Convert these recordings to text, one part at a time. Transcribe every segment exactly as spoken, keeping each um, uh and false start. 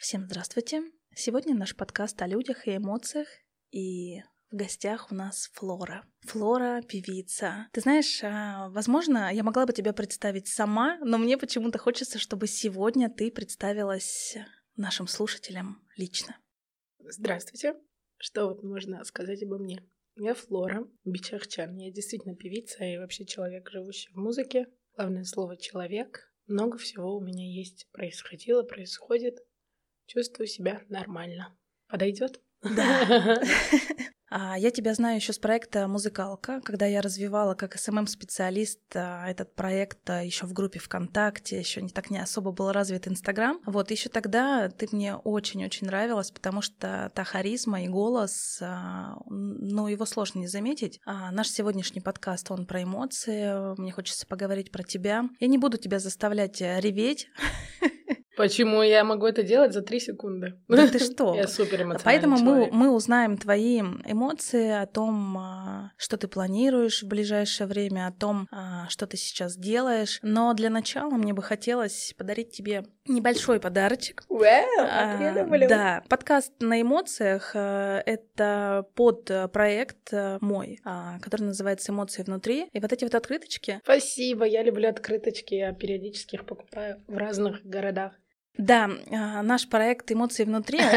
Всем здравствуйте! Сегодня наш подкаст о людях и эмоциях, и в гостях у нас Флора. Флора — певица. Ты знаешь, возможно, я могла бы тебя представить сама, но мне почему-то хочется, чтобы сегодня ты представилась нашим слушателям лично. Здравствуйте! Что вот можно сказать обо мне? Я Флора Бичахчан. Я действительно певица и вообще человек, живущий в музыке. Главное слово «человек». Много всего у меня есть. Происходило, происходит. Чувствую себя нормально. Подойдет? Да. Я тебя знаю еще с проекта «Музыкалка», когда я развивала как эс эм эм-специалист этот проект еще в группе ВКонтакте, еще не так не особо был развит Инстаграм. Вот еще тогда ты мне очень-очень нравилась, потому что та харизма и голос, ну, его сложно не заметить. А наш сегодняшний подкаст, он про эмоции, мне хочется поговорить про тебя. Я не буду тебя заставлять реветь. Почему я могу это делать за три секунды? Да ты что? Я супер эмоциональный Поэтому человек. мы, мы узнаем твои эмоции о том, что ты планируешь в ближайшее время, о том, что ты сейчас делаешь. Но для начала мне бы хотелось подарить тебе небольшой подарочек. Вау, wow, я люблю. Да, подкаст на эмоциях — это подпроект мой, который называется «Эмоции внутри». И вот эти вот открыточки... Спасибо, я люблю открыточки, я периодически их покупаю в разных городах. Да, наш проект «Эмоции внутри», он...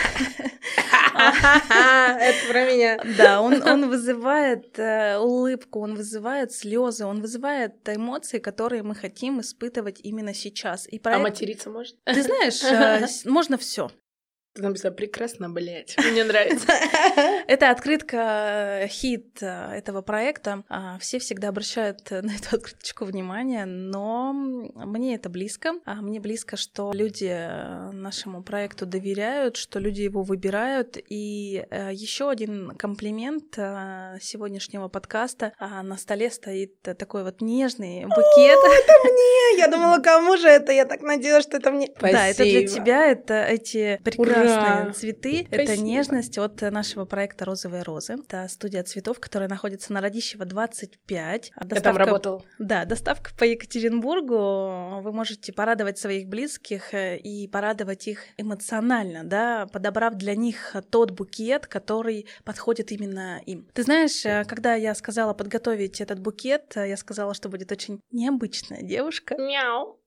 Это про меня. Да, он, он вызывает э, улыбку, он вызывает слезы, он вызывает эмоции, которые мы хотим испытывать именно сейчас. И проект... А материться можно? Ты знаешь, э, можно все. Ты написала прекрасно, блять. Мне нравится. Это открытка, хит этого проекта. Все всегда обращают на эту открыточку внимание, но мне это близко. Мне близко, что люди нашему проекту доверяют, что люди его выбирают. И еще один комплимент сегодняшнего подкаста. На столе стоит такой вот нежный букет. О, это мне! Я думала, кому же это? Я так надеялась, что это мне. Спасибо. Да, это для тебя, это эти прекрасные Ура! цветы. Спасибо. Это нежность от нашего проекта «Розовые розы». Это студия цветов, которая находится на Радищева двадцать пять. Доставка... Я там работал. Да, доставка по Екатеринбургу. Вы можете порадовать своих близких и порадовать их эмоционально, да, подобрав для них тот букет, который подходит именно им. Ты знаешь, когда я сказала подготовить этот букет, я сказала, что будет очень необычная девушка. Мяу.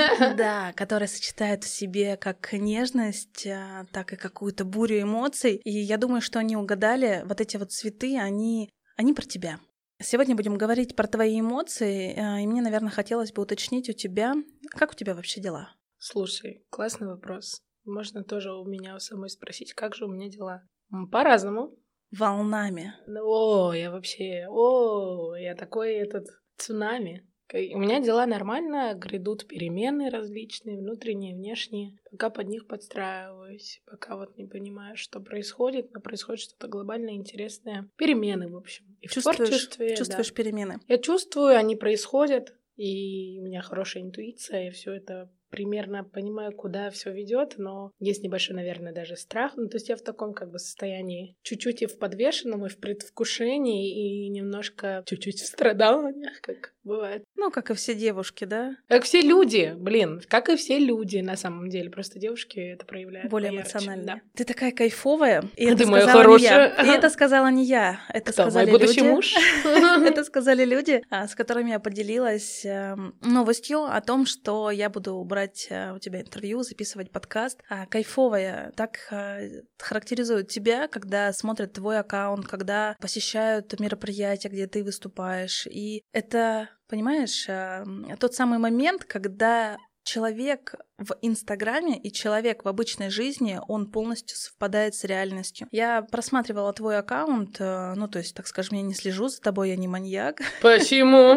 Да, которая сочетает в себе как нежность, так и какую-то бурю эмоций. И я думаю, что они угадали. Вот эти вот цветы, они, они про тебя. Сегодня будем говорить про твои эмоции, и мне, наверное, хотелось бы уточнить у тебя, как у тебя вообще дела? Слушай, классный вопрос. Можно тоже у меня у самой спросить, как же у меня дела? По-разному. Волнами. О, я вообще... О, я такой этот цунами. У меня дела нормально, грядут перемены различные, внутренние, внешние. Пока под них подстраиваюсь, пока вот не понимаю, что происходит, но происходит что-то глобальное, интересное. Перемены, в общем. И в чувствуешь, творчестве, чувствуешь да. перемены? Я чувствую, они происходят, и у меня хорошая интуиция, и все это примерно понимаю, куда все ведет, но есть небольшой, наверное, даже страх. Ну, то есть я в таком как бы состоянии чуть-чуть и в подвешенном, и в предвкушении, и немножко чуть-чуть в страданиях, как бывает. Ну, как и все девушки, да? Как все люди, блин, как и все люди на самом деле. Просто девушки это проявляют более поярче, эмоционально. Да. Ты такая кайфовая. И а это ты моя сказала хорошая. не я. И это сказала не я. Это Кто, сказали мой будущий люди. муж? Это сказали люди, с которыми я поделилась новостью о том, что я буду брать у тебя интервью, записывать подкаст. Кайфовая. Так характеризуют тебя, когда смотрят твой аккаунт, когда посещают мероприятия, где ты выступаешь. И это, понимаешь, тот самый момент, когда человек в Инстаграме и человек в обычной жизни, он полностью совпадает с реальностью. Я просматривала твой аккаунт, ну, то есть, так скажем, я не слежу за тобой, я не маньяк. Почему?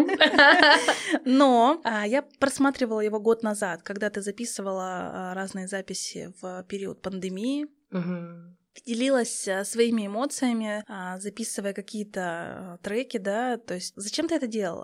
Но я просматривала его год назад, когда ты записывала разные записи в период пандемии. Делилась своими эмоциями, записывая какие-то треки, да, то есть зачем ты это делала?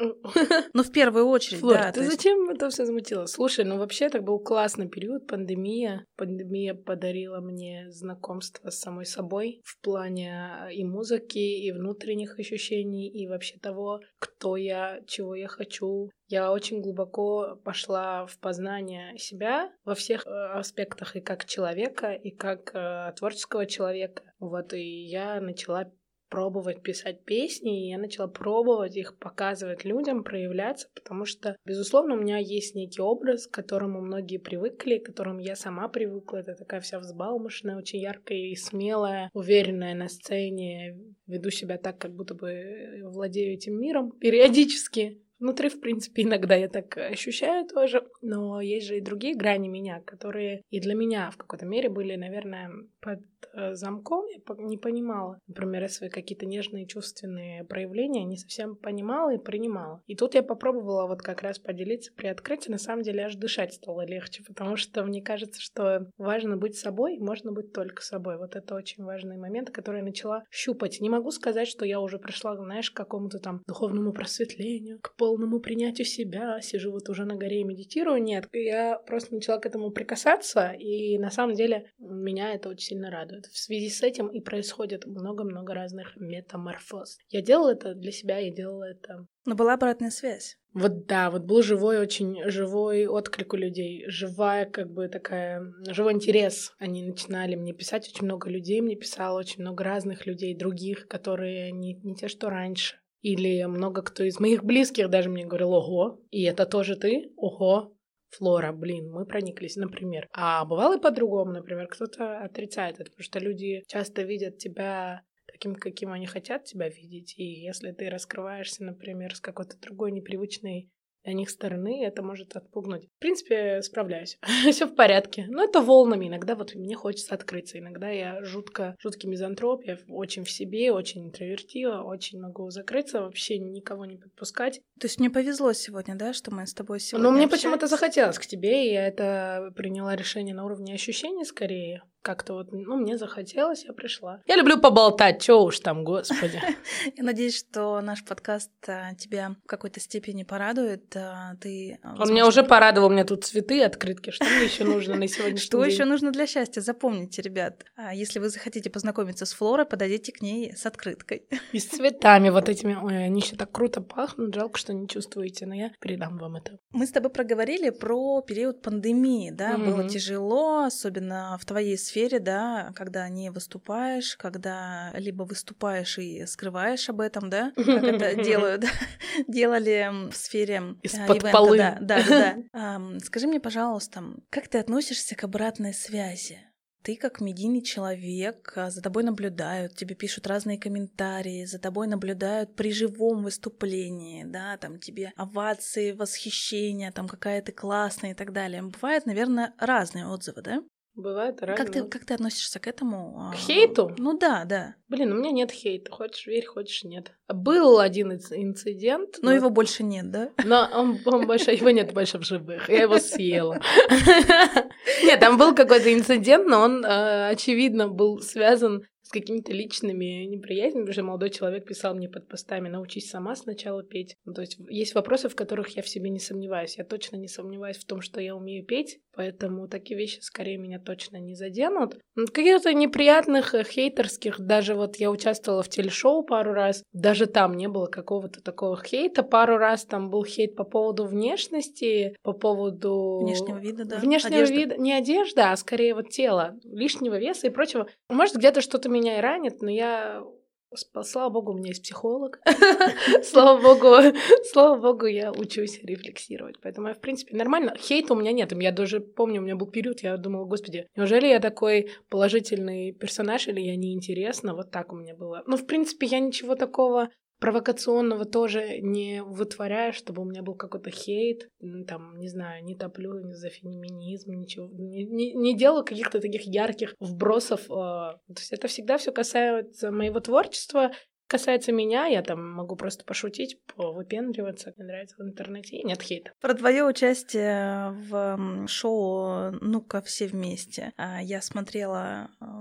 Ну, в первую очередь, Флор, да. ты есть... зачем это все замутила? Слушай, ну вообще так был классный период, пандемия. Пандемия подарила мне знакомство с самой собой в плане и музыки, и внутренних ощущений, и вообще того, кто я, чего я хочу. Я очень глубоко пошла в познание себя во всех аспектах, и как человека, и как э, творческого человека. Вот, и я начала пробовать писать песни, и я начала пробовать их показывать людям, проявляться, потому что, безусловно, у меня есть некий образ, к которому многие привыкли, к которому я сама привыкла. Это такая вся взбалмошная, очень яркая и смелая, уверенная на сцене, веду себя так, как будто бы владею этим миром периодически. Внутри, в принципе, иногда я так ощущаю тоже, но есть же и другие грани меня, которые и для меня в какой-то мере были, наверное, под замком. Я не понимала, например, свои какие-то нежные чувственные проявления, не совсем понимала и принимала. И тут я попробовала вот как раз поделиться, приоткрыть, и на самом деле аж дышать стало легче, потому что мне кажется, что важно быть собой, и можно быть только собой. Вот это очень важный момент, который я начала щупать. Не могу сказать, что я уже пришла, знаешь, к какому-то там духовному просветлению, к полному принятию себя, сижу вот уже на горе и медитирую. Нет, я просто начала к этому прикасаться, и на самом деле меня это очень сильно радует. В связи с этим и происходит много-много разных метаморфоз. Я делала это для себя, я делала это... Но была обратная связь. Вот да, вот был живой, очень живой отклик у людей, живая как бы такая, живой интерес. Они начинали мне писать, очень много людей мне писало, очень много разных людей, других, которые не, не те, что раньше. Или много кто из моих близких даже мне говорил: ого, и это тоже ты? Ого, Флора, блин, мы прониклись, например. А бывало и по-другому, например, кто-то отрицает это, потому что люди часто видят тебя таким, каким они хотят тебя видеть, и если ты раскрываешься, например, с какой-то другой непривычной для них стороны, это может отпугнуть. В принципе, справляюсь. Все в порядке. Но это волнами. Иногда вот мне хочется открыться. Иногда я жутко, жуткий мизантроп. Я очень в себе, очень интровертива, очень могу закрыться, вообще никого не подпускать. То есть мне повезло сегодня, да, что мы с тобой сегодня Но мне общаемся? почему-то захотелось к тебе, и я это приняла решение на уровне ощущений скорее. Как-то вот, ну, мне захотелось, я пришла. Я люблю поболтать, чё уж там, господи. Я надеюсь, что наш подкаст тебя в какой-то степени порадует. Ты, Он меня уже порадовал, у меня тут цветы, открытки. Что мне еще нужно на сегодняшний Что день? еще нужно для счастья? Запомните, ребят. Если вы захотите познакомиться с Флорой, подойдите к ней с открыткой. И с цветами вот этими. Ой, они еще так круто пахнут. Жалко, что не чувствуете, но я передам вам это. Мы с тобой проговорили про период пандемии, да, Mm-hmm. было тяжело, особенно в твоей сфере, да, когда не выступаешь, когда либо выступаешь и скрываешь об этом, да, как это делают, делали в сфере из-под ивента, полы. да, да, да. Скажи мне, пожалуйста, как ты относишься к обратной связи? Ты как медийный человек, за тобой наблюдают, тебе пишут разные комментарии, за тобой наблюдают при живом выступлении, да, там тебе овации, восхищение, там какая ты классная и так далее. Бывают, наверное, разные отзывы, да? Бывает разное. Как ты, как ты относишься к этому? К хейту? Ну да, да. Блин, у меня нет хейта. Хочешь верь, хочешь нет. Был один инцидент. Но, но... его больше нет, да? Но он, он больше, его нет больше в живых. Я его съела. Нет, там был какой-то инцидент, но он, очевидно, был связан с какими-то личными неприязнями, потому что молодой человек писал мне под постами: научись сама сначала петь. Ну, то есть есть вопросы, в которых я в себе не сомневаюсь. Я точно не сомневаюсь в том, что я умею петь, поэтому такие вещи скорее меня точно не заденут. Каких-то неприятных, хейтерских, даже вот я участвовала в телешоу пару раз, даже там не было какого-то такого хейта. Пару раз там был хейт по поводу внешности, по поводу... Внешнего вида, да. Внешнего одежда. вида, не одежда, а скорее вот тело, лишнего веса и прочего. Может, где-то что-то меня и ранит, но я... Слава богу, у меня есть психолог. Слава богу, слава богу, я учусь рефлексировать. Поэтому я, в принципе, нормально. Хейта у меня нет. Я даже помню, у меня был период, я думала: господи, неужели я такой положительный персонаж, или я неинтересна? Вот так у меня было. Ну, в принципе, я ничего такого провокационного тоже не вытворяю, чтобы у меня был какой-то хейт, там, не знаю, не топлю за феминизм, ничего, не, не, не делаю каких-то таких ярких вбросов. То есть это всегда все касается моего творчества, касается меня, я там могу просто пошутить, повыпендриваться, мне нравится в интернете, и нет хейта. Про твое участие в шоу «Ну-ка, все вместе». Я смотрела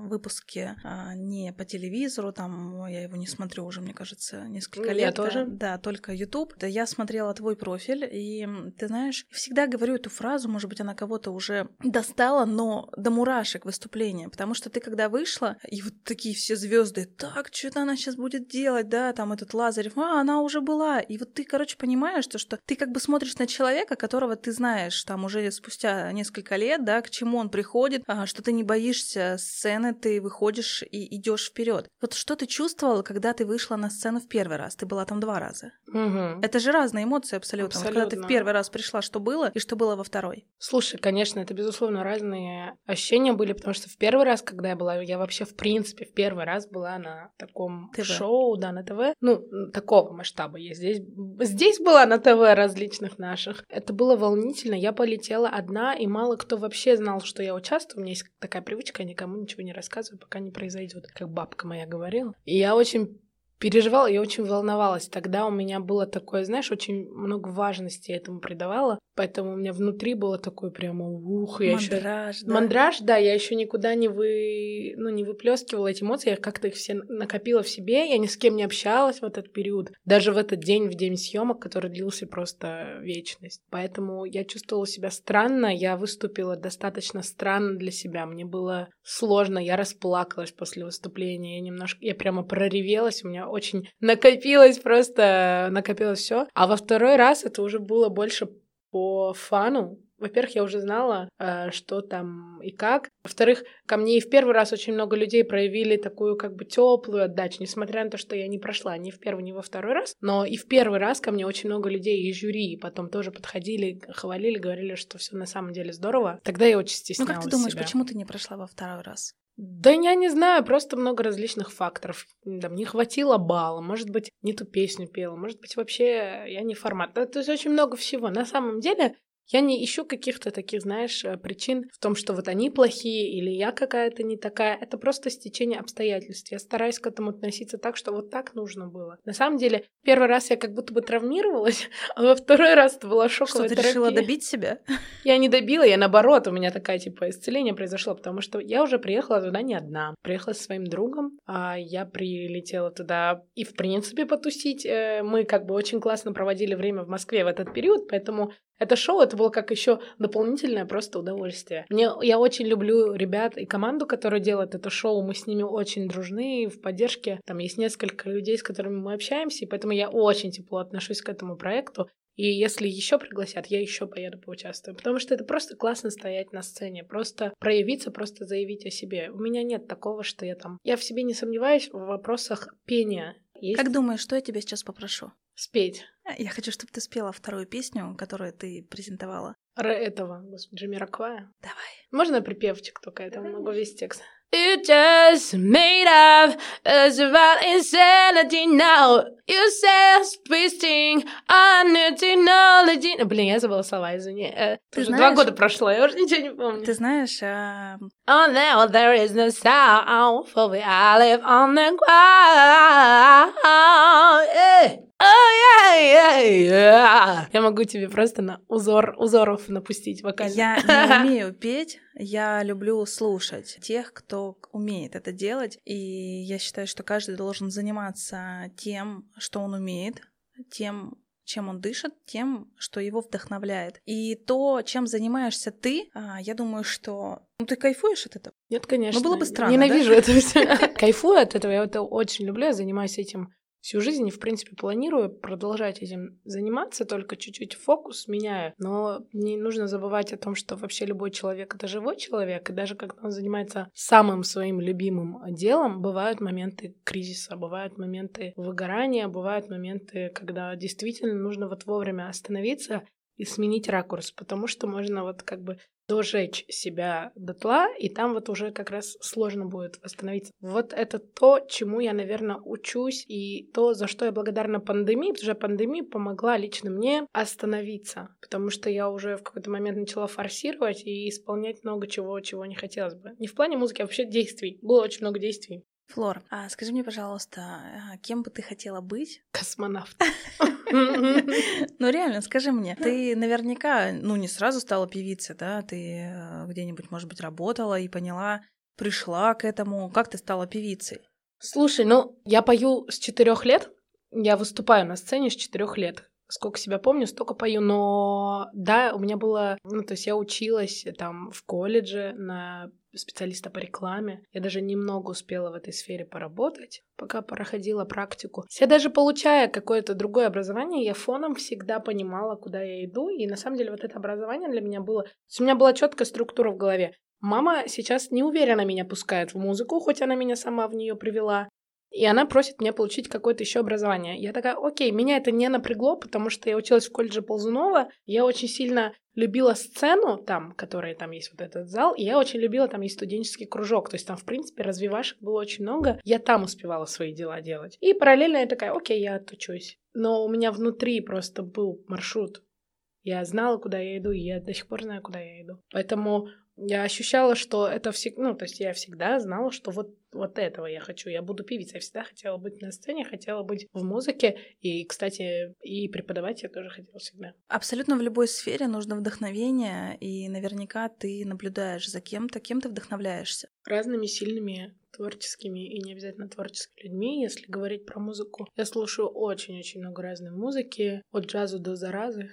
выпуске а, не по телевизору, там я его не смотрю уже, мне кажется, несколько Я лет. Я тоже. Да, только YouTube. Да, я смотрела твой профиль, и ты знаешь, всегда говорю эту фразу, может быть, она кого-то уже достала, но до мурашек выступления, потому что ты когда вышла, и вот такие все звезды, так, что-то она сейчас будет делать, да, там этот Лазарев, а, она уже была. И вот ты, короче, понимаешь, то, что ты как бы смотришь на человека, которого ты знаешь там уже спустя несколько лет, да, к чему он приходит, а, что ты не боишься сцены, ты выходишь и идешь вперед. Вот что ты чувствовала, когда ты вышла на сцену в первый раз? Ты была там два раза. Угу. Это же разные эмоции абсолютно. Абсолютно. Вот когда ты в первый раз пришла, что было, и что было во второй? Слушай, конечно, это, безусловно, разные ощущения были, потому что в первый раз, когда я была, я вообще, в принципе, в первый раз была на таком ТВ. Шоу, да, на ТВ. Ну, такого масштаба я здесь. Здесь была на ТВ различных наших. Это было волнительно. Я полетела одна, и мало кто вообще знал, что я участвую. У меня есть такая привычка, я никому ничего не рассказываю, пока не произойдет, как бабка моя говорила. И я очень переживала, я очень волновалась. Тогда у меня было такое, знаешь, очень много важности я этому придавала, поэтому у меня внутри было такое прямо ух, я Мандраж, ещё... да? Мандраж, да, я еще никуда не вы, ну не выплескивала эти эмоции, я как-то их все накопила в себе, я ни с кем не общалась в этот период, даже в этот день, в день съемок, который длился просто вечность. Поэтому я чувствовала себя странно, я выступила достаточно странно для себя, мне было сложно, я расплакалась после выступления, я немножко, я прямо проревелась, у меня очень накопилось, просто накопилось все. А во второй раз это уже было больше по фану. Во-первых, я уже знала, что там и как. Во-вторых, ко мне и в первый раз очень много людей проявили такую как бы теплую отдачу, несмотря на то, что я не прошла ни в первый, ни во второй раз. Но и в первый раз ко мне очень много людей из жюри потом тоже подходили, хвалили, говорили, что все на самом деле здорово. Тогда я очень стеснялась себя. Ну как ты думаешь, себя. Почему ты не прошла во второй раз? Да я не знаю, просто много различных факторов. Да, мне хватило балла, может быть, не ту песню пела, может быть, вообще я не формат. То есть очень много всего. На самом деле я не ищу каких-то таких, знаешь, причин в том, что вот они плохие или я какая-то не такая. Это просто стечение обстоятельств. Я стараюсь к этому относиться так, что вот так нужно было. На самом деле, первый раз я как будто бы травмировалась, а во второй раз это была шоковая терапия. Что, ты решила добить себя? Я не добила, я наоборот, у меня такая, типа, исцеление произошло, потому что я уже приехала туда не одна. Приехала со своим другом, а я прилетела туда и, в принципе, потусить. Мы как бы очень классно проводили время в Москве в этот период, поэтому это шоу, это было как еще дополнительное просто удовольствие. Мне, я очень люблю ребят и команду, которая делает это шоу. Мы с ними очень дружны, в поддержке. Там есть несколько людей, с которыми мы общаемся, и поэтому я очень тепло отношусь к этому проекту. И если еще пригласят, я еще поеду поучаствую. Потому что это просто классно стоять на сцене, просто проявиться, просто заявить о себе. У меня нет такого, что я там... Я в себе не сомневаюсь в вопросах пения. Есть... Как думаешь, что я тебя сейчас попрошу? Спеть. Я хочу, чтобы ты спела вторую песню, которую ты презентовала. Р этого, господи, Джамироквая. Давай. Можно припевчик только? Я там могу весь текст. You just made up as about insanity now. You say twisting on technology. Блин, я забыла слова, извини. Ты уже знаешь, два года прошло, я уже ничего не помню. Ты знаешь... А... Oh, now there is no sound for the I live on the ground. Yeah. Oh, yeah, yeah, yeah. Я могу тебе просто на узор узоров напустить вокально. Я не умею петь, я люблю слушать тех, кто умеет это делать, и я считаю, что каждый должен заниматься тем, что он умеет, тем, чем он дышит, тем, что его вдохновляет. И то, чем занимаешься ты, я думаю, что... Ну, ты кайфуешь от этого? Нет, конечно. Ну, было бы странно, Ненавижу да? это все. Кайфую от этого, я это очень люблю, я занимаюсь этим всю жизнь и, в принципе, планирую продолжать этим заниматься, только чуть-чуть фокус меняю. Но не нужно забывать о том, что вообще любой человек — это живой человек, и даже когда он занимается самым своим любимым делом, бывают моменты кризиса, бывают моменты выгорания, бывают моменты, когда действительно нужно вот вовремя остановиться и сменить ракурс, потому что можно вот как бы дожечь себя дотла, и там вот уже как раз сложно будет восстановиться. Вот это то, чему я, наверное, учусь, и то, за что я благодарна пандемии, потому что пандемия помогла лично мне остановиться, потому что я уже в какой-то момент начала форсировать и исполнять много чего, чего не хотелось бы. Не в плане музыки, а вообще действий. Было очень много действий. Флор, а скажи мне, пожалуйста, кем бы ты хотела быть? Космонавт. Ну реально, скажи мне, ты наверняка, ну не сразу стала певицей, да? Ты где-нибудь, может быть, работала и поняла, пришла к этому? Как ты стала певицей? Слушай, ну, я пою с четырех лет. Я выступаю на сцене с четырех лет. Сколько себя помню, столько пою. Но да, у меня было... Ну, то есть я училась там в колледже на специалиста по рекламе. Я даже немного успела в этой сфере поработать, пока проходила практику. Я даже получая какое-то другое образование, я фоном всегда понимала, куда я иду. И на самом деле вот это образование для меня было... То есть у меня была четкая структура в голове. Мама сейчас не уверенно меня пускает в музыку, хоть она меня сама в нее привела. И она просит меня получить какое-то еще образование. Я такая, окей, меня это не напрягло, потому что я училась в колледже Ползунова. Я очень сильно любила сцену там, которая там есть вот этот зал, и я очень любила, там есть студенческий кружок. То есть там, в принципе, развивашек было очень много. Я там успевала свои дела делать. И параллельно я такая, окей, я отучусь. Но у меня внутри просто был маршрут. Я знала, куда я иду, и я до сих пор знаю, куда я иду. Поэтому я ощущала, что это всегда... Ну, то есть я всегда знала, что вот, вот этого я хочу. Я буду певицей. Я всегда хотела быть на сцене, хотела быть в музыке. И, кстати, и преподавать я тоже хотела всегда. Абсолютно в любой сфере нужно вдохновение, и наверняка ты наблюдаешь за кем-то, кем ты вдохновляешься. Разными сильными творческими и не обязательно творческими людьми, если говорить про музыку. Я слушаю очень-очень много разной музыки, от джаза до заразы.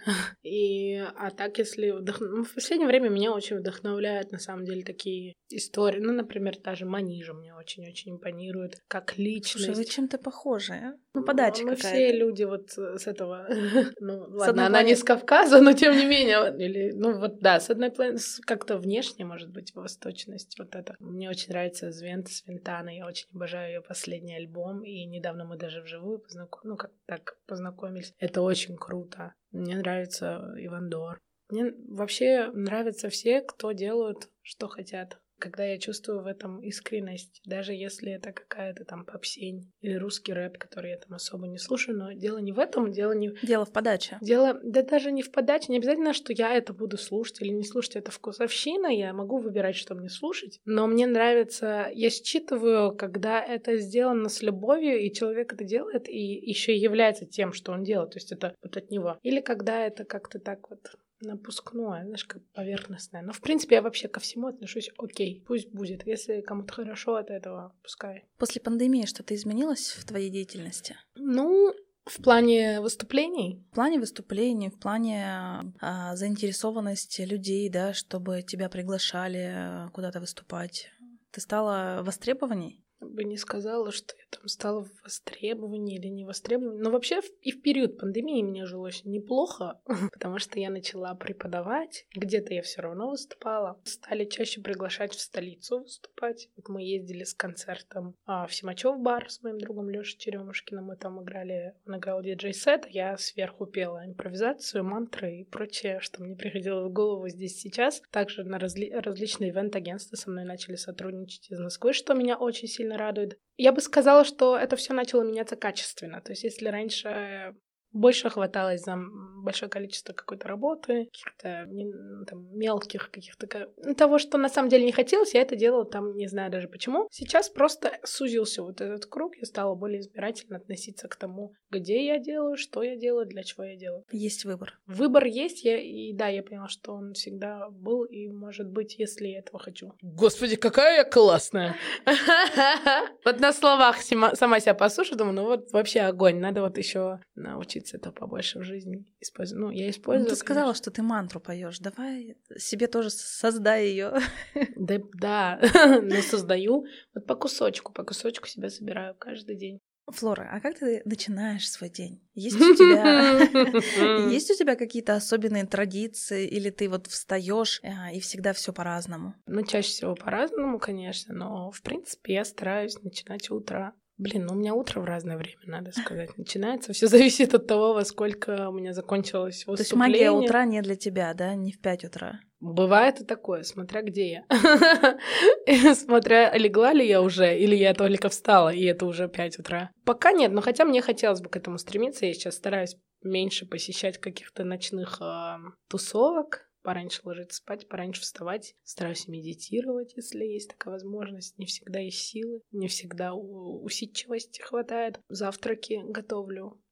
И, а так, если... Вдох... Ну, в последнее время меня очень вдохновляют, на самом деле, такие истории. Ну, например, та же Манижа мне очень-очень импонирует, как личность. Слушай, вы чем-то похожи, а? Ну, подача мы какая-то. все люди вот с этого... Ну, ладно, она не с Кавказа, но тем не менее. Или, ну, вот, да, с одной планеты, как-то внешне, может быть, восточность вот это. Мне очень нравится Звента Свинтана, я очень обожаю ее последний альбом, и недавно мы даже вживую познакомились, ну, как так познакомились. Это очень круто. Мне нравится Иван Дор. Мне вообще нравятся все, кто делают, что хотят. Когда я чувствую в этом искренность, даже если это какая-то там попсень или русский рэп, который я там особо не слушаю, но дело не в этом, дело не... Дело в подаче. Дело, да даже не в подаче, не обязательно, что я это буду слушать или не слушать, это вкусовщина, я могу выбирать, что мне слушать, но мне нравится, я считываю, когда это сделано с любовью, и человек это делает, и еще является тем, что он делает, то есть это вот от него. Или когда это как-то так вот... напускное, знаешь, как поверхностное. Но, в принципе, я вообще ко всему отношусь окей, пусть будет. Если кому-то хорошо от этого, пускай. После пандемии что-то изменилось в твоей деятельности? Ну, в плане выступлений? В плане выступлений, в плане а, заинтересованности людей, да, чтобы тебя приглашали куда-то выступать. Ты стала востребованней? Я бы не сказала, что я там стала в востребовании или не востребовании. Но вообще и в период пандемии мне жилось неплохо, потому что я начала преподавать. Где-то я все равно выступала. Стали чаще приглашать в столицу выступать. Вот мы ездили с концертом а, в Симачев бар с моим другом Лёшей Черемушкиным. Мы там играли, он играл диджей-сет, а я сверху пела импровизацию, мантры и прочее, что мне приходило в голову здесь сейчас. Также на разли- различные ивент-агентства со мной начали сотрудничать из Москвы, что меня очень сильно радует. Я бы сказала, что это все начало меняться качественно. То есть, если раньше больше хваталось за большое количество какой-то работы, каких-то там, мелких каких-то... того, что на самом деле не хотелось, я это делала там, не знаю даже почему. Сейчас просто сузился вот этот круг, я стала более избирательно относиться к тому, где я делаю, что я делаю, для чего я делаю. Есть выбор. Выбор есть, я, и да, я поняла, что он всегда был, и может быть, если я этого хочу. Господи, какая я классная! Вот на словах сама себя послушаю, думаю, ну вот вообще огонь, надо вот еще научиться это побольше в жизни использовать. Ну, я использую. Ну, ты сказала, конечно, что ты мантру поешь. Давай себе тоже создай ее. Да, да. Но создаю вот по кусочку, по кусочку себя собираю каждый день. Флора, а как ты начинаешь свой день? Есть у тебя есть у тебя какие-то особенные традиции, или ты вот встаешь и всегда все по-разному? Ну, чаще всего по-разному, конечно, но в принципе я стараюсь начинать утро. Блин, ну у меня утро в разное время, надо сказать, начинается. Все зависит от того, во сколько у меня закончилось выступление. То есть магия утра не для тебя, да? Не в пять утра? Бывает и такое, смотря где я. Смотря, легла ли я уже, или я только встала, и это уже пять утра. Пока нет, но хотя мне хотелось бы к этому стремиться. Я сейчас стараюсь меньше посещать каких-то ночных э, тусовок. Пораньше ложиться спать, пораньше вставать. Стараюсь медитировать, если есть такая возможность. Не всегда есть силы, не всегда усидчивости хватает. Завтраки готовлю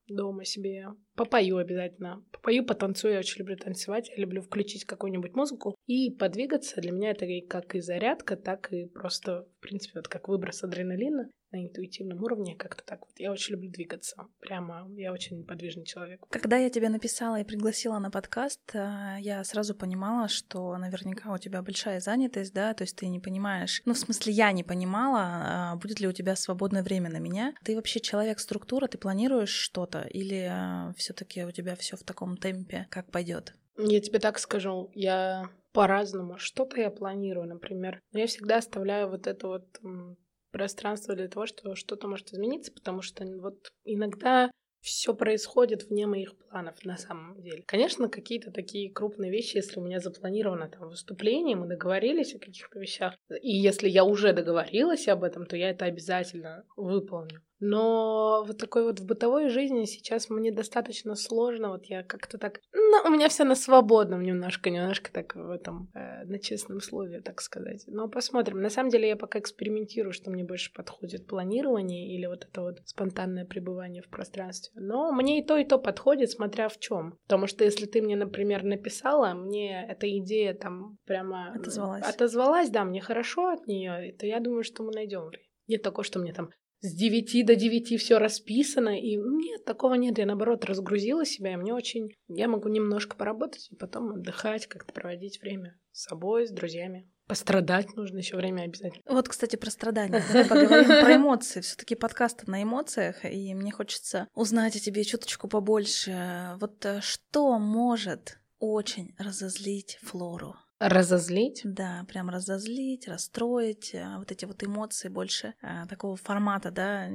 дома себе попою обязательно. Попою, потанцую, я очень люблю танцевать, я люблю включить какую-нибудь музыку и подвигаться. Для меня это и как и зарядка, так и просто, в принципе, вот как выброс адреналина на интуитивном уровне, как-то так вот. Я очень люблю двигаться. Прямо я очень подвижный человек. Когда я тебя написала и пригласила на подкаст, я сразу понимала, что наверняка у тебя большая занятость, да, то есть ты не понимаешь, ну, в смысле, я не понимала, будет ли у тебя свободное время на меня. Ты вообще человек структура, ты планируешь что-то или все-таки у тебя все в таком темпе, как пойдет? Я тебе так скажу, я по-разному. Что-то я планирую, например. Но я всегда оставляю вот это вот пространство для того, что что-то может измениться, потому что вот иногда все происходит вне моих планов на самом деле. Конечно, какие-то такие крупные вещи, если у меня запланировано там выступление, мы договорились о каких-то вещах, и если я уже договорилась об этом, то я это обязательно выполню. Но вот такой вот в бытовой жизни сейчас мне достаточно сложно, вот я как-то так, ну, у меня все на свободном немножко, немножко так в этом, э, на честном слове, так сказать. Но посмотрим. На самом деле я пока экспериментирую, что мне больше подходит, планирование или вот это вот спонтанное пребывание в пространстве. Но мне и то, и то подходит, смотря в чем. Потому что если ты мне, например, написала, мне эта идея там прямо отозвалась, отозвалась, да, мне хорошо от нее, то я думаю, что мы найдем время. Нет такого, что мне там с девяти до девяти все расписано, и нет, такого нет. Я, наоборот, разгрузила себя, и мне очень... Я могу немножко поработать, и потом отдыхать, как-то проводить время с собой, с друзьями. Пострадать нужно еще время обязательно. Вот, кстати, про страдания. Давай поговорим про эмоции. Все-таки подкаст на эмоциях, и мне хочется узнать о тебе чуточку побольше. Вот что может очень разозлить Флору? Разозлить? Да, прям разозлить, расстроить. Вот эти вот эмоции больше а, такого формата, да,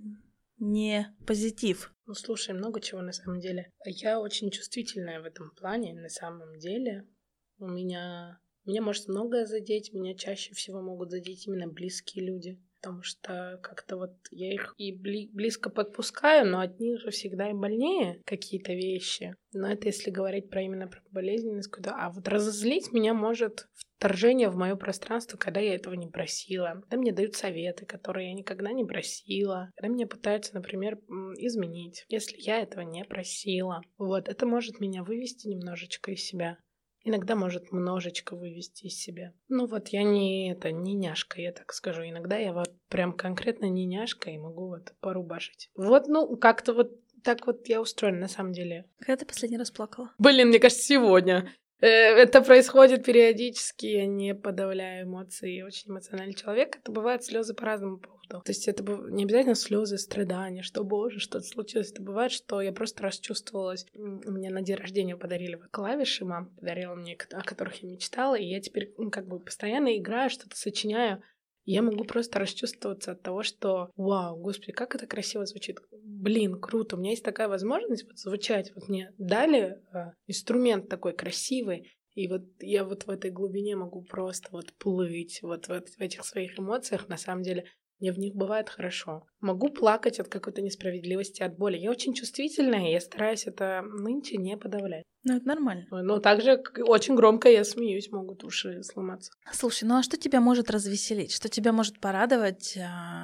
не позитив. Ну, слушай, много чего на самом деле. Я очень чувствительная в этом плане, на самом деле. У меня... Меня может многое задеть, меня чаще всего могут задеть именно близкие люди. Потому что как-то вот я их и бли- близко подпускаю, но от них же всегда и больнее какие-то вещи. Но это если говорить про именно про болезненность, куда. А вот разозлить меня может вторжение в мое пространство, когда я этого не просила. Когда мне дают советы, которые я никогда не просила. Когда меня пытаются, например, изменить, если я этого не просила. Вот, это может меня вывести немножечко из себя. Иногда может немножечко вывести из себя. Ну вот я не это, не няшка, я так скажу. Иногда я вот прям конкретно не няшка и могу вот порубашить. Вот, ну, как-то вот так вот я устроена на самом деле. Когда ты последний раз плакала? Блин, мне кажется, сегодня. Это происходит периодически, я не подавляю эмоции, я очень эмоциональный человек. Это бывают слезы по разному поводу. То есть это не обязательно слезы, страдания, что, боже, что-то случилось. Это бывает, что я просто расчувствовалась. Мне на день рождения подарили вот клавиши, мама подарила мне, о которых я мечтала, и я теперь ну, как бы постоянно играю, что-то сочиняю. Я могу просто расчувствоваться от того, что вау, господи, как это красиво звучит. Блин, круто, у меня есть такая возможность вот звучать. Вот мне дали э, инструмент такой красивый, и вот я вот в этой глубине могу просто вот плыть вот в, в этих своих эмоциях. На самом деле мне в них бывает хорошо. Могу плакать от какой-то несправедливости, от боли. Я очень чувствительная, и я стараюсь это нынче не подавлять. Ну, это нормально. Но также очень громко я смеюсь, могут уши сломаться. Слушай, ну а что тебя может развеселить? Что тебя может порадовать?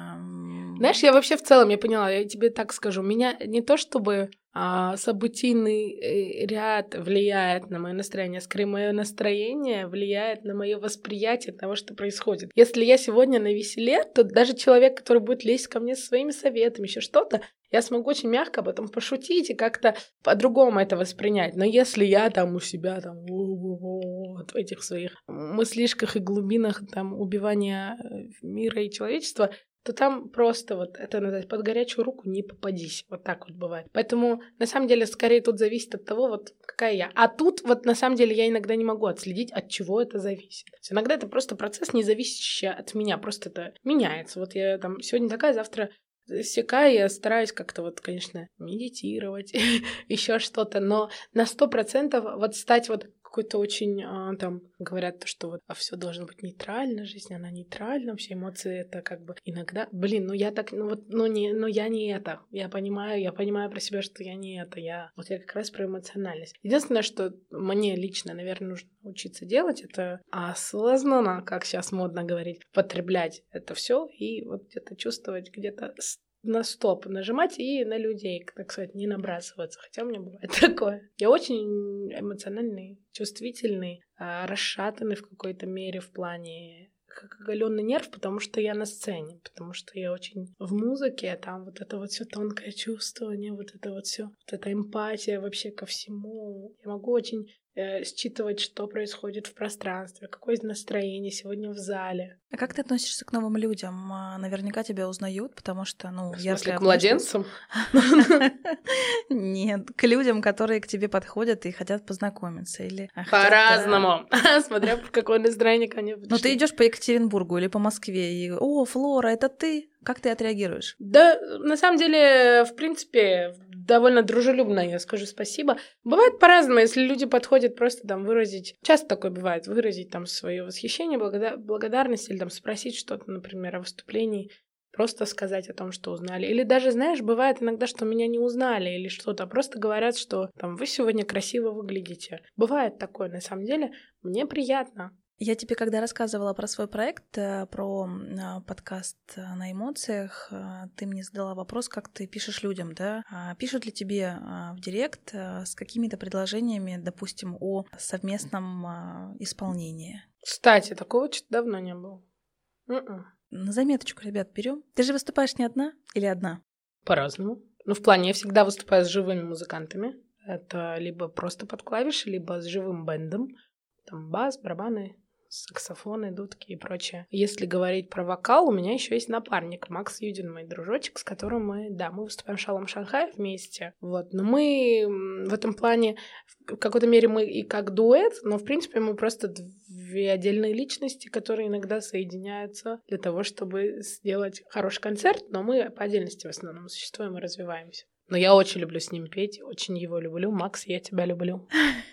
Знаешь, я вообще в целом, я поняла, я тебе так скажу, меня не то чтобы а, событийный ряд влияет на мое настроение, скорее мое настроение влияет на мое восприятие того, что происходит. Если я сегодня на веселе, то даже человек, который будет лезть ко мне со своими советами, еще что-то, я смогу очень мягко об этом пошутить и как-то по-другому это воспринять. Но если я там у себя там вот в этих своих мыслишках и глубинах там убивания мира и человечества, то там просто вот это называется под горячую руку не попадись. Вот так вот бывает. Поэтому на самом деле скорее тут зависит от того, вот какая я. А тут вот на самом деле я иногда не могу отследить, от чего это зависит. Иногда это просто процесс, не зависящий от меня. Просто это меняется. Вот я там сегодня такая, завтра сякая, я стараюсь как-то вот, конечно, медитировать, еще что-то, но на сто процентов вот стать вот какой-то очень, а, там, говорят, что вот а все должно быть нейтрально, жизнь, она нейтральна, все эмоции это как бы иногда, блин, ну я так, ну вот, ну не, ну я не это, я понимаю, я понимаю про себя, что я не это, я, вот я как раз про эмоциональность. Единственное, что мне лично, наверное, нужно учиться делать, это осознанно, как сейчас модно говорить, потреблять это все и вот где-то чувствовать, где-то на стоп нажимать и на людей, так сказать, не набрасываться. Хотя у меня бывает такое. Я очень эмоциональный, чувствительный, расшатанный в какой-то мере в плане как оголенный нерв, потому что я на сцене, потому что я очень в музыке, а там вот это вот все тонкое чувствование, вот это вот все, вот эта эмпатия вообще ко всему. Я могу очень э, считывать, что происходит в пространстве, какое настроение сегодня в зале. А как ты относишься к новым людям? Наверняка тебя узнают, потому что, ну, в смысле, яркая к младенцам? Нет, к людям, которые к тебе подходят и хотят познакомиться. Или по-разному, смотря в какое настроение они пришли. Ну, ты идешь по Екатеринбургу или по Москве, и «О, Флора, это ты?» Как ты отреагируешь? Да, на самом деле, в принципе, довольно дружелюбно, я скажу спасибо. Бывает по-разному, если люди подходят просто там выразить, часто такое бывает, выразить там свое восхищение, благодар... благодарность или там спросить что-то, например, о выступлении, просто сказать о том, что узнали. Или даже, знаешь, бывает иногда, что меня не узнали или что-то, просто говорят, что там вы сегодня красиво выглядите. Бывает такое, на самом деле, мне приятно. Я тебе, когда рассказывала про свой проект, про подкаст на эмоциях, ты мне задала вопрос, как ты пишешь людям, да? Пишут ли тебе в директ с какими-то предложениями, допустим, о совместном исполнении? Кстати, такого что-то давно не было. Mm-mm. На заметочку, ребят, берем. Ты же выступаешь не одна или одна? По-разному. Ну, в плане, я всегда выступаю с живыми музыкантами. Это либо просто под клавиши, либо с живым бэндом. Там бас, барабаны, саксофоны, дудки и прочее. Если говорить про вокал, у меня еще есть напарник Макс Юдин, мой дружочек, с которым мы, да, мы выступаем в Шалом Шанхай вместе. Вот, но мы в этом плане, в какой-то мере мы и как дуэт, но в принципе мы просто две отдельные личности, которые иногда соединяются для того, чтобы сделать хороший концерт, но мы по отдельности в основном существуем и развиваемся. Но я очень люблю с ним петь, очень его люблю. Макс, я тебя люблю.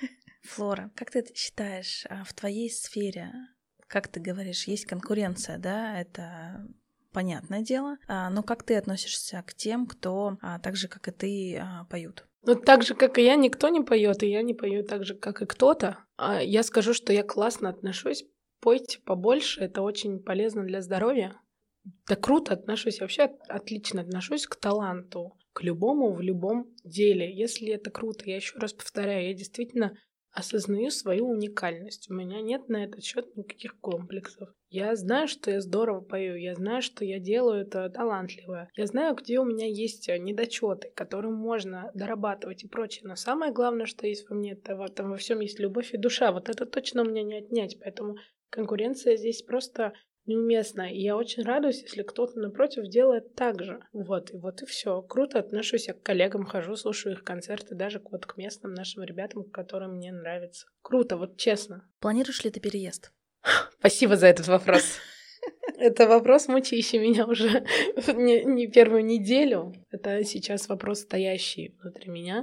Флора, как ты считаешь, в твоей сфере, как ты говоришь, есть конкуренция, да, это понятное дело, но как ты относишься к тем, кто так же, как и ты, поют? Ну, так же, как и я, никто не поет, и я не пою так же, как и кто-то. Я скажу, что я классно отношусь, пойте побольше, это очень полезно для здоровья. Да круто отношусь, вообще отлично отношусь к таланту, к любому в любом деле. Если это круто, я еще раз повторяю, я действительно осознаю свою уникальность. У меня нет на этот счет никаких комплексов. Я знаю, что я здорово пою, я знаю, что я делаю это талантливо. Я знаю, где у меня есть недочеты, которые можно дорабатывать и прочее. Но самое главное, что есть во мне, это там во всем есть любовь и душа. Вот это точно у меня не отнять. Поэтому конкуренция здесь просто неуместно. И я очень радуюсь, если кто-то напротив делает так же. Вот, и вот и все. Круто отношусь я к коллегам, хожу, слушаю их концерты, даже вот к местным нашим ребятам, которые мне нравятся. Круто, вот честно. Планируешь ли ты переезд? Спасибо за этот вопрос. Это вопрос, мучающий меня уже не, не первую неделю. Это сейчас вопрос, стоящий внутри меня.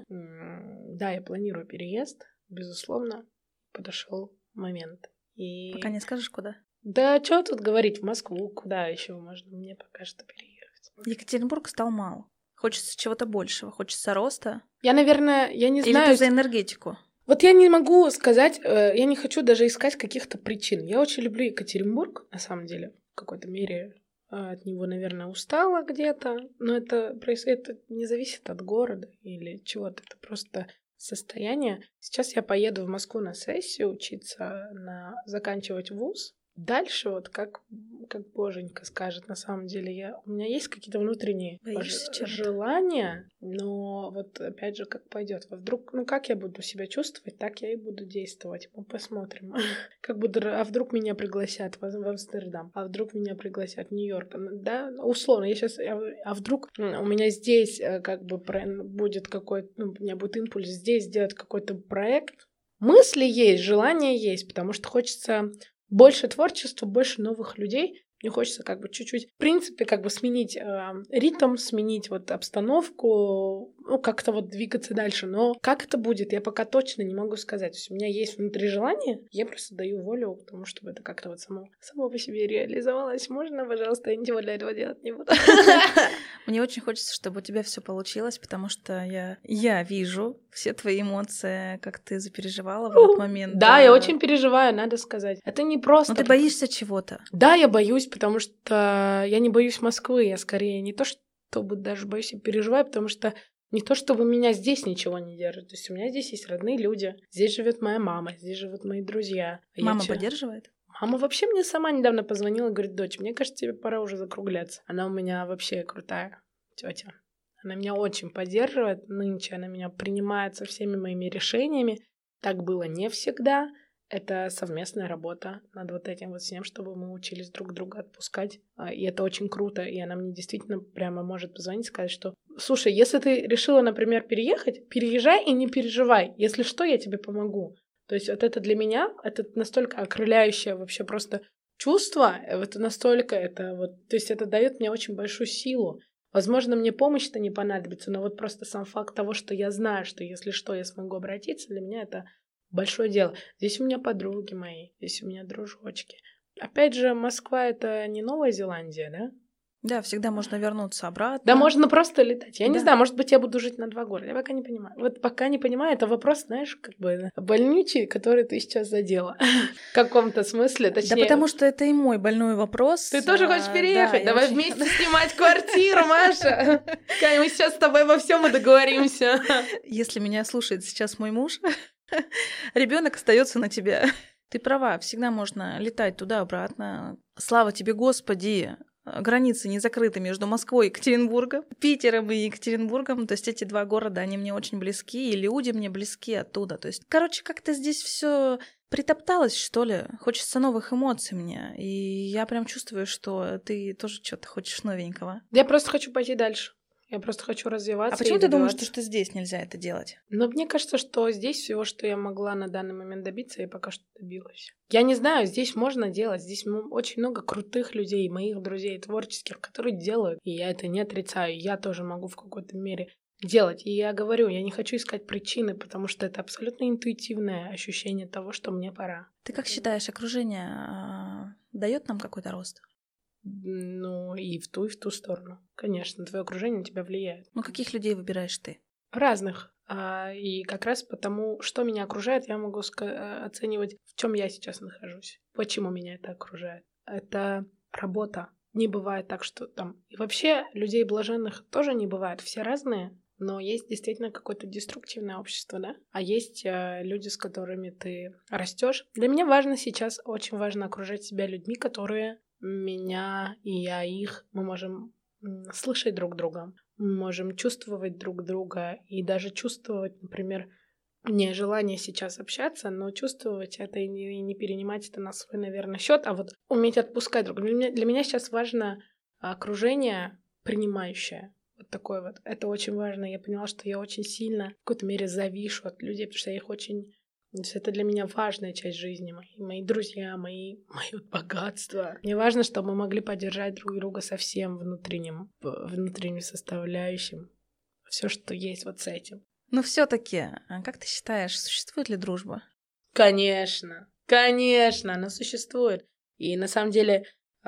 Да, я планирую переезд, безусловно. Подошел момент. И... Пока не скажешь, куда? Да, что тут говорить, в Москву, куда еще можно мне пока что переехать? Екатеринбург стал мал. Хочется чего-то большего, хочется роста. Я, наверное, я не знаю... Или ты за энергетику? Вот я не могу сказать, я не хочу даже искать каких-то причин. Я очень люблю Екатеринбург, на самом деле, в какой-то мере от него, наверное, устала где-то, но это, это не зависит от города или чего-то, это просто состояние. Сейчас я поеду в Москву на сессию учиться, на... заканчивать вуз. Дальше вот как, как боженька скажет, на самом деле, я, у меня есть какие-то внутренние ж- желания, но вот опять же, как пойдет. Вдруг, ну как я буду себя чувствовать, так я и буду действовать. Мы посмотрим. Как буду, а вдруг меня пригласят в Амстердам, а вдруг меня пригласят в Нью-Йорк. Да, условно, я сейчас, а вдруг у меня здесь как бы будет какой-то, ну, у меня будет импульс здесь сделать какой-то проект. Мысли есть, желание есть, потому что хочется больше творчества, больше новых людей. Мне хочется как бы чуть-чуть, в принципе, как бы сменить э, ритм, сменить вот обстановку, ну, как-то вот двигаться дальше. Но как это будет, я пока точно не могу сказать. То есть у меня есть внутри желание, я просто даю волю к тому, чтобы это как-то вот само, само по себе реализовалось. Можно, пожалуйста, я ничего для этого делать не буду. Мне очень хочется, чтобы у тебя все получилось, потому что я, я вижу все твои эмоции, как ты запереживала в этот момент. Да, я очень переживаю, надо сказать. Это не просто... Но ты боишься чего-то. Да, я боюсь, потому что я не боюсь Москвы, я скорее не то, что то бы даже боюсь и переживаю, потому что не то, чтобы меня здесь ничего не держит. То есть у меня здесь есть родные люди. Здесь живет моя мама, здесь живут мои друзья. А Мама че... поддерживает? Мама вообще мне сама недавно позвонила и говорит: дочь, мне кажется, тебе пора уже закругляться. Она у меня вообще крутая тетя. Она меня очень поддерживает нынче, она меня принимает со всеми моими решениями. Так было не всегда. Это совместная работа над вот этим вот всем, чтобы мы учились друг друга отпускать. И это очень круто. И она мне действительно прямо может позвонить и сказать, что: слушай, если ты решила, например, переехать, переезжай и не переживай. Если что, я тебе помогу. То есть вот это для меня, это настолько окрыляющее вообще просто чувство, это настолько, это вот, то есть это дает мне очень большую силу. Возможно, мне помощь-то не понадобится, но вот просто сам факт того, что я знаю, что если что, я смогу обратиться, для меня это большое дело. Здесь у меня подруги мои, здесь у меня дружочки. Опять же, Москва — это не Новая Зеландия, да? Да, всегда можно вернуться обратно. Да, можно просто летать. Я Да. не знаю, может быть, я буду жить на два города. Я пока не понимаю. Вот пока не понимаю, это вопрос, знаешь, как бы больничий, который ты сейчас задела. В каком-то смысле, точнее... Да потому что это и мой больной вопрос. Ты тоже хочешь переехать? Да, Давай очень... вместе снимать квартиру, Маша. Кай, мы сейчас с тобой во всем и договоримся. Если меня слушает сейчас мой муж, ребенок остается на тебя. Ты права, всегда можно летать туда-обратно. Слава тебе, Господи! Границы не закрыты между Москвой и Екатеринбургом, Питером и Екатеринбургом. То есть эти два города, они мне очень близки, и люди мне близки оттуда. То есть, короче, как-то здесь все притопталось, что ли. Хочется новых эмоций мне. И я прям чувствую, что ты тоже что-то хочешь новенького. Я просто хочу пойти дальше. Я просто хочу развиваться. А почему ты думаешь, что, что здесь нельзя это делать? Но мне кажется, что здесь всего, что я могла на данный момент добиться, я пока что добилась. Я не знаю, здесь можно делать. Здесь очень много крутых людей, моих друзей, творческих, которые делают. И я это не отрицаю. Я тоже могу в какой-то мере делать. И я говорю, я не хочу искать причины, потому что это абсолютно интуитивное ощущение того, что мне пора. Ты как считаешь, окружение э, дает нам какой-то рост? Ну, и в ту, и в ту сторону. Конечно, твое окружение на тебя влияет. Ну, каких людей выбираешь ты? Разных. И как раз потому, что меня окружает, я могу оценивать, в чем я сейчас нахожусь. Почему меня это окружает. Это работа. Не бывает так, что там... И вообще людей блаженных тоже не бывает. Все разные, но есть действительно какое-то деструктивное общество, да? А есть э, люди, с которыми ты растешь. Для меня важно сейчас, очень важно окружать себя людьми, которые меня и я их, мы можем слышать друг друга, мы можем чувствовать друг друга и даже чувствовать, например, не желание сейчас общаться, но чувствовать это и не, и не перенимать это на свой, наверное, счет, а вот уметь отпускать друг друга. Для меня, для меня сейчас важно окружение принимающее. Вот такое вот. Это очень важно. Я поняла, что я очень сильно в какой-то мере завишу от людей, потому что я их очень... То есть это для меня важная часть жизни. Мои, мои друзья, мои, мои богатства. Мне важно, чтобы мы могли поддержать друг друга со всем внутренним, внутренним составляющим. Все, что есть вот с этим. Но все-таки, как ты считаешь, существует ли дружба? Конечно, конечно, она существует. И на самом деле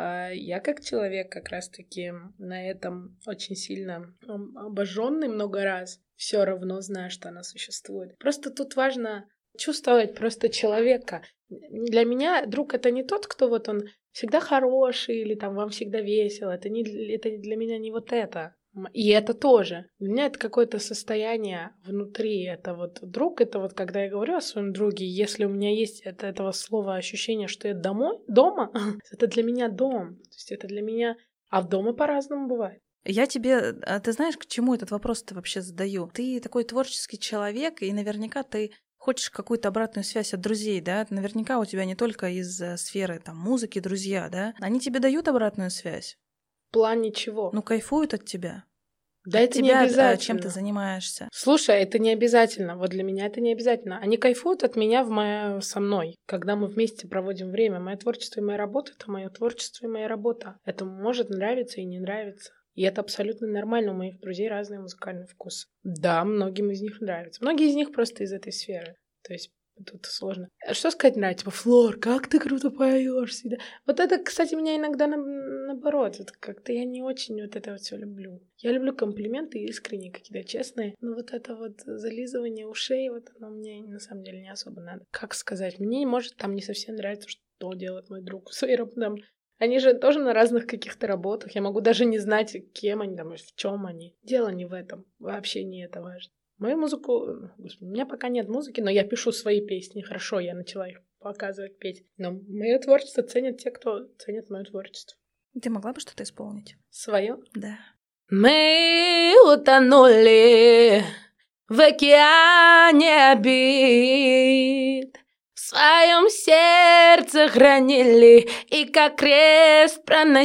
я как человек как раз-таки на этом очень сильно обожженный много раз, все равно знаю, что она существует. Просто тут важно чувствовать просто человека. Для меня друг — это не тот, кто вот он всегда хороший или там вам всегда весело. Это, не, это для меня не вот это. И это тоже. Для меня это какое-то состояние внутри. Это вот друг, это вот когда я говорю о своем друге, если у меня есть от этого слова ощущение, что я домой, дома, это для меня дом. То есть это для меня... А в дома по-разному бывает. Я тебе... Ты знаешь, к чему этот вопрос-то вообще задаю? Ты такой творческий человек, и наверняка ты хочешь какую-то обратную связь от друзей, да? Наверняка у тебя не только из сферы там музыки друзья, да? Они тебе дают обратную связь? В плане чего? Ну, кайфуют от тебя. Да, от это тебя, не обязательно. Чем ты занимаешься. Слушай, это не обязательно. Вот для меня это не обязательно. Они кайфуют от меня в моя... со мной, когда мы вместе проводим время. Мое творчество и моя работа — это мое творчество и моя работа. Это может нравиться и не нравиться. И это абсолютно нормально. У моих друзей разные музыкальные вкусы. Да, многим из них нравится. Многие из них просто из этой сферы. То есть тут сложно. Что сказать нравится? Типа, Флор, как ты круто поешь всегда. Вот это, кстати, меня иногда на, наоборот. Это как-то я не очень вот это вот все люблю. Я люблю комплименты искренние, какие-то честные. Но вот это вот зализывание ушей, вот оно мне на самом деле не особо надо. Как сказать? Мне, может, там не совсем нравится, что делает мой друг в своей работе. Они же тоже на разных каких-то работах. Я могу даже не знать, кем они там, в чем они. Дело не в этом. Вообще не это важно. Мою музыку... Господи, у меня пока нет музыки, но я пишу свои песни. Хорошо, я начала их показывать, петь. Но мое творчество ценят те, кто ценит мое творчество. Ты могла бы что-то исполнить? Свое? Да. Мы утонули в океане обид, в своем сердце хранили и как крест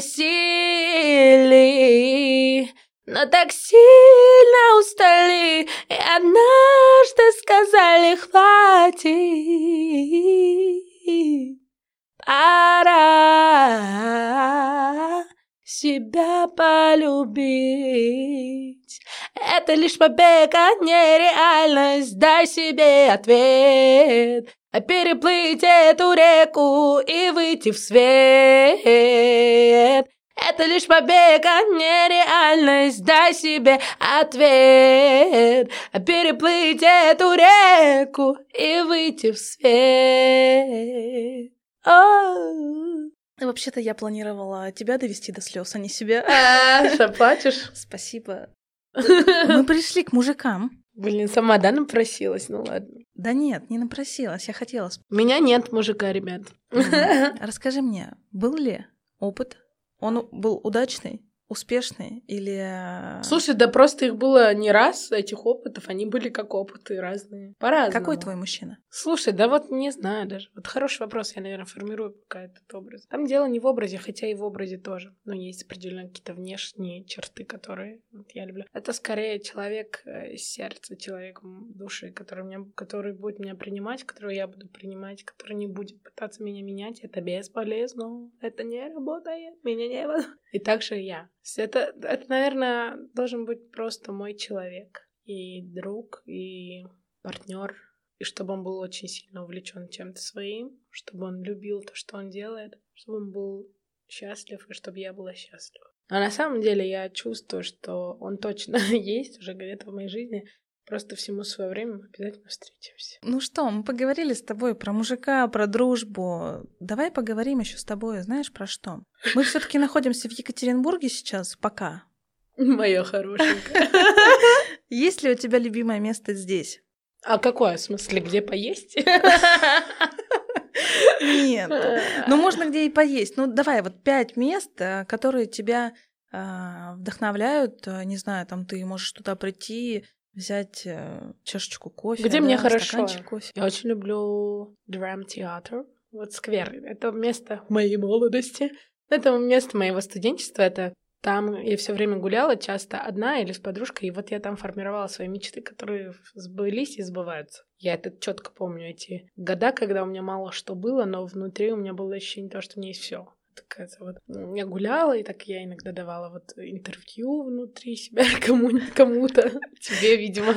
проносили, но так сильно устали и однажды сказали: хватит, пора себя полюбить. Это лишь побег, а не реальность. Дай себе ответ, а переплыть эту реку и выйти в свет. Это лишь побег, а не реальность. Дай себе ответ, а переплыть эту реку и выйти в свет. Oh. Вообще-то я планировала тебя довести до слез, а не себя. А, что, плачешь? Спасибо. Мы пришли к мужикам. Блин, сама, да, напросилась? Ну ладно. Да нет, не напросилась, я хотела. У меня нет мужика, ребят. Расскажи мне, был ли опыт? Он был удачный, успешный или... Слушай, да просто их было не раз, этих опытов, они были как опыты разные, по-разному. Какой твой мужчина? Слушай, да вот не знаю даже. Вот хороший вопрос, я, наверное, формирую пока этот образ. Там дело не в образе, хотя и в образе тоже. Но есть определенно какие-то внешние черты, которые вот, я люблю. Это скорее человек из сердца, человек души, который, меня, который будет меня принимать, которого я буду принимать, который не будет пытаться меня менять. Это бесполезно, это не работает, меня не было. И также я. Это, это, наверное, должен быть просто мой человек. И друг, и партнер. И чтобы он был очень сильно увлечен чем-то своим, чтобы он любил то, что он делает, чтобы он был счастлив, и чтобы я была счастлива. А на самом деле я чувствую, что он точно есть уже где-то в моей жизни. Просто всему свое время мы обязательно встретимся. Ну что, мы поговорили с тобой про мужика, про дружбу. Давай поговорим еще с тобой, знаешь, про что? Мы все-таки находимся в Екатеринбурге сейчас, пока. Моё хорошенькое. Есть ли у тебя любимое место здесь? А какое? В смысле, где поесть? Нет. Ну, можно где и поесть. Ну, давай, вот пять мест, которые тебя э, вдохновляют. Не знаю, там ты можешь туда прийти, взять э, чашечку кофе. Где да, мне хорошо. Стаканчик кофе. Я очень люблю драмтеатр. Вот сквер. Это место моей молодости. Это место моего студенчества. Это там я все время гуляла, часто одна или с подружкой, и вот я там формировала свои мечты, которые сбылись и сбываются. Я это четко помню, эти года, когда у меня мало что было, но внутри у меня было ощущение того, что у меня есть все. Вот. Я гуляла, и так я иногда давала вот интервью внутри себя кому- кому-то, тебе, видимо.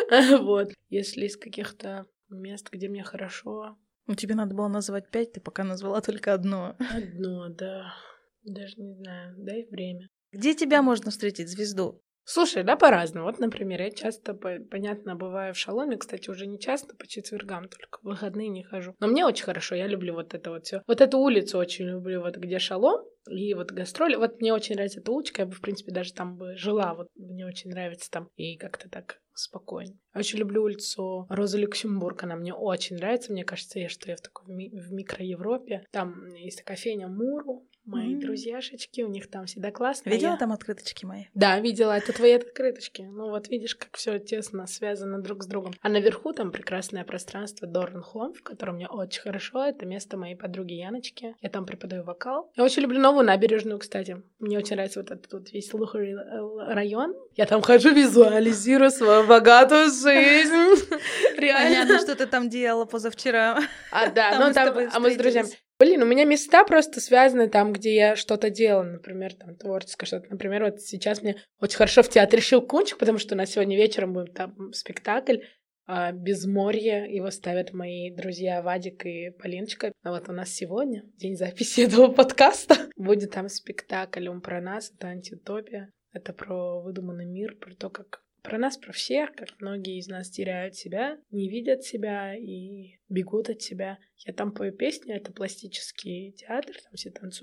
Вот. Если из каких-то мест, где мне хорошо... Ну, тебе надо было назвать пять, ты пока назвала только одно. Одно, да. Даже не знаю, дай время. Где тебя можно встретить, звезду? Слушай, да, по-разному. Вот, например, я часто, понятно, бываю в Шаломе, кстати, уже не часто, по четвергам только, в выходные не хожу. Но мне очень хорошо, я люблю вот это вот все. Вот эту улицу очень люблю, вот где Шалом и вот гастроли. Вот мне очень нравится эта улочка, я бы, в принципе, даже там бы жила, вот мне очень нравится там и как-то так спокойно. Я очень люблю улицу Роза Люксембург, она мне очень нравится, мне кажется, я, что я в такой ми- в микро-Европе. Там есть кофейня Муру, мои mm. друзьяшечки, у них там всегда классно. Видела я... там открыточки мои? Да, видела, это твои открыточки. Ну вот видишь, как все тесно связано друг с другом. А наверху там прекрасное пространство Дорнхолм, в котором мне очень хорошо. Это место моей подруги Яночки. Я там преподаю вокал. Я очень люблю новую набережную, кстати. Мне очень нравится вот этот вот весь Лухари район. Я там хожу, визуализирую свою богатую жизнь. Реально. Понятно, что ты там делала позавчера. А, да, ну там, а мы с друзьями. Блин, у меня места просто связаны там, где я что-то делала, например, там творческое что-то. Например, вот сейчас мне очень хорошо в театре Щелкунчик, потому что у нас сегодня вечером будет там спектакль а, «Безморье». Его ставят мои друзья Вадик и Полиночка. А вот у нас сегодня, день записи этого подкаста, будет там спектакль «Он про нас», это антиутопия. Это про выдуманный мир, про то, как... Про нас, про всех, как многие из нас теряют себя, не видят себя и бегут от себя. Я там пою песни, это пластический театр, там все танцуют.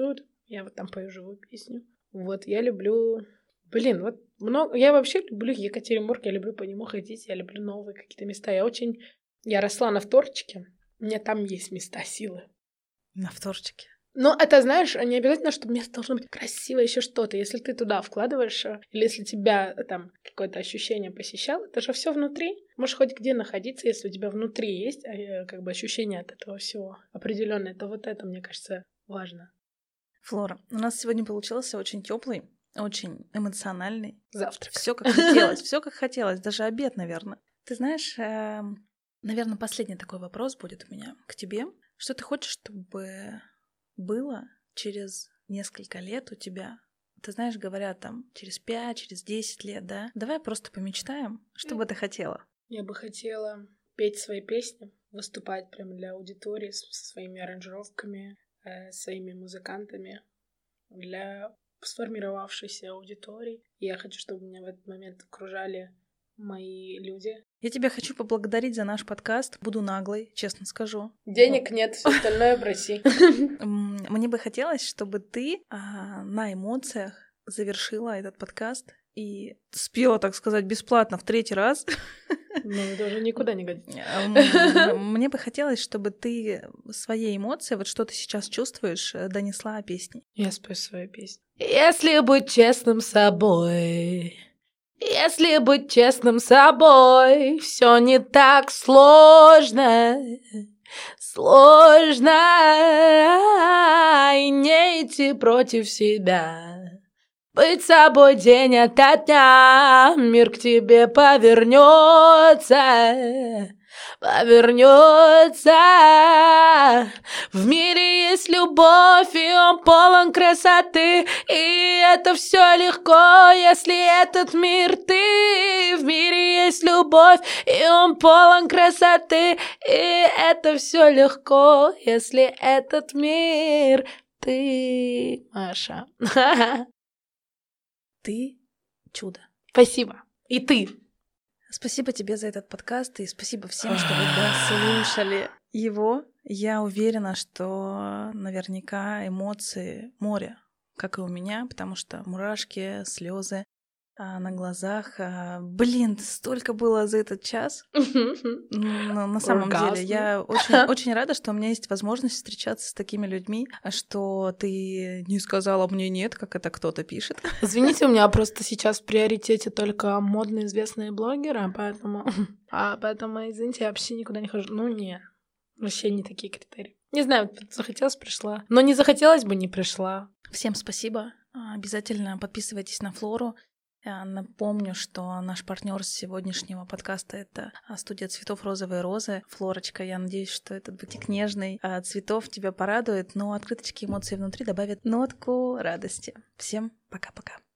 Я вот там пою живую песню. Вот, я люблю... Блин, вот много... Я вообще люблю Екатеринбург, я люблю по нему ходить, я люблю новые какие-то места. Я очень... Я росла на Вторчике, у меня там есть места силы. На Вторчике? Но это, знаешь, не обязательно, чтобы место должно быть красивое, еще что-то. Если ты туда вкладываешь, или если тебя там какое-то ощущение посещало, это же все внутри. Можешь хоть где находиться, если у тебя внутри есть как бы ощущение от этого всего определенное, то вот это, мне кажется, важно. Флора, у нас сегодня получился очень теплый, очень эмоциональный завтрак. Все как хотелось, все как хотелось, даже обед, наверное. Ты знаешь, э, наверное, последний такой вопрос будет у меня к тебе. Что ты хочешь, чтобы было через несколько лет у тебя? Ты знаешь, говорят там через пять, через десять лет, да? Давай просто помечтаем, что бы ты хотела. Я бы хотела петь свои песни, выступать прямо для аудитории со своими аранжировками, э, своими музыкантами для сформировавшейся аудитории. И я хочу, чтобы меня в этот момент окружали мои люди. Я тебя хочу поблагодарить за наш подкаст. Буду наглой, честно скажу. Денег нет, все остальное проси. Мне бы хотелось, чтобы ты а, на эмоциях завершила этот подкаст и спела, так сказать, бесплатно в третий раз. Ну, это уже никуда не годится. Мне бы хотелось, чтобы ты свои эмоции, вот что ты сейчас чувствуешь, донесла песней. Я спою свою песню. Если быть честным с собой, если быть честным с собой, все не так сложно, сложно, и не идти против себя. Быть собой день ото дня, мир к тебе повернется, повернется. В мире есть любовь, и он полон красоты, и это все легко, если этот мир ты. В мире есть любовь, и он полон красоты, и это все легко, если этот мир ты. Маша. Ты чудо. Спасибо. И ты. Спасибо тебе за этот подкаст, и спасибо всем, что вы дослушали его. Я уверена, что наверняка эмоции море, как и у меня, потому что мурашки, слезы на глазах. Блин, столько было за этот час. Но на самом деле, я очень, очень рада, что у меня есть возможность встречаться с такими людьми, что ты не сказала мне нет, как это кто-то пишет. Извините, у меня просто сейчас в приоритете только модные известные блогеры, поэтому, а поэтому, извините, я вообще никуда не хожу. Ну, нет, вообще не такие критерии. Не знаю, захотелось, пришла. Но не захотелось бы, не пришла. Всем спасибо. Обязательно подписывайтесь на Флору. Я напомню, что наш партнер сегодняшнего подкаста — это студия цветов «Розовые розы». Флорочка, я надеюсь, что этот бутик нежный цветов тебя порадует, но открыточки эмоций внутри добавят нотку радости. Всем пока-пока.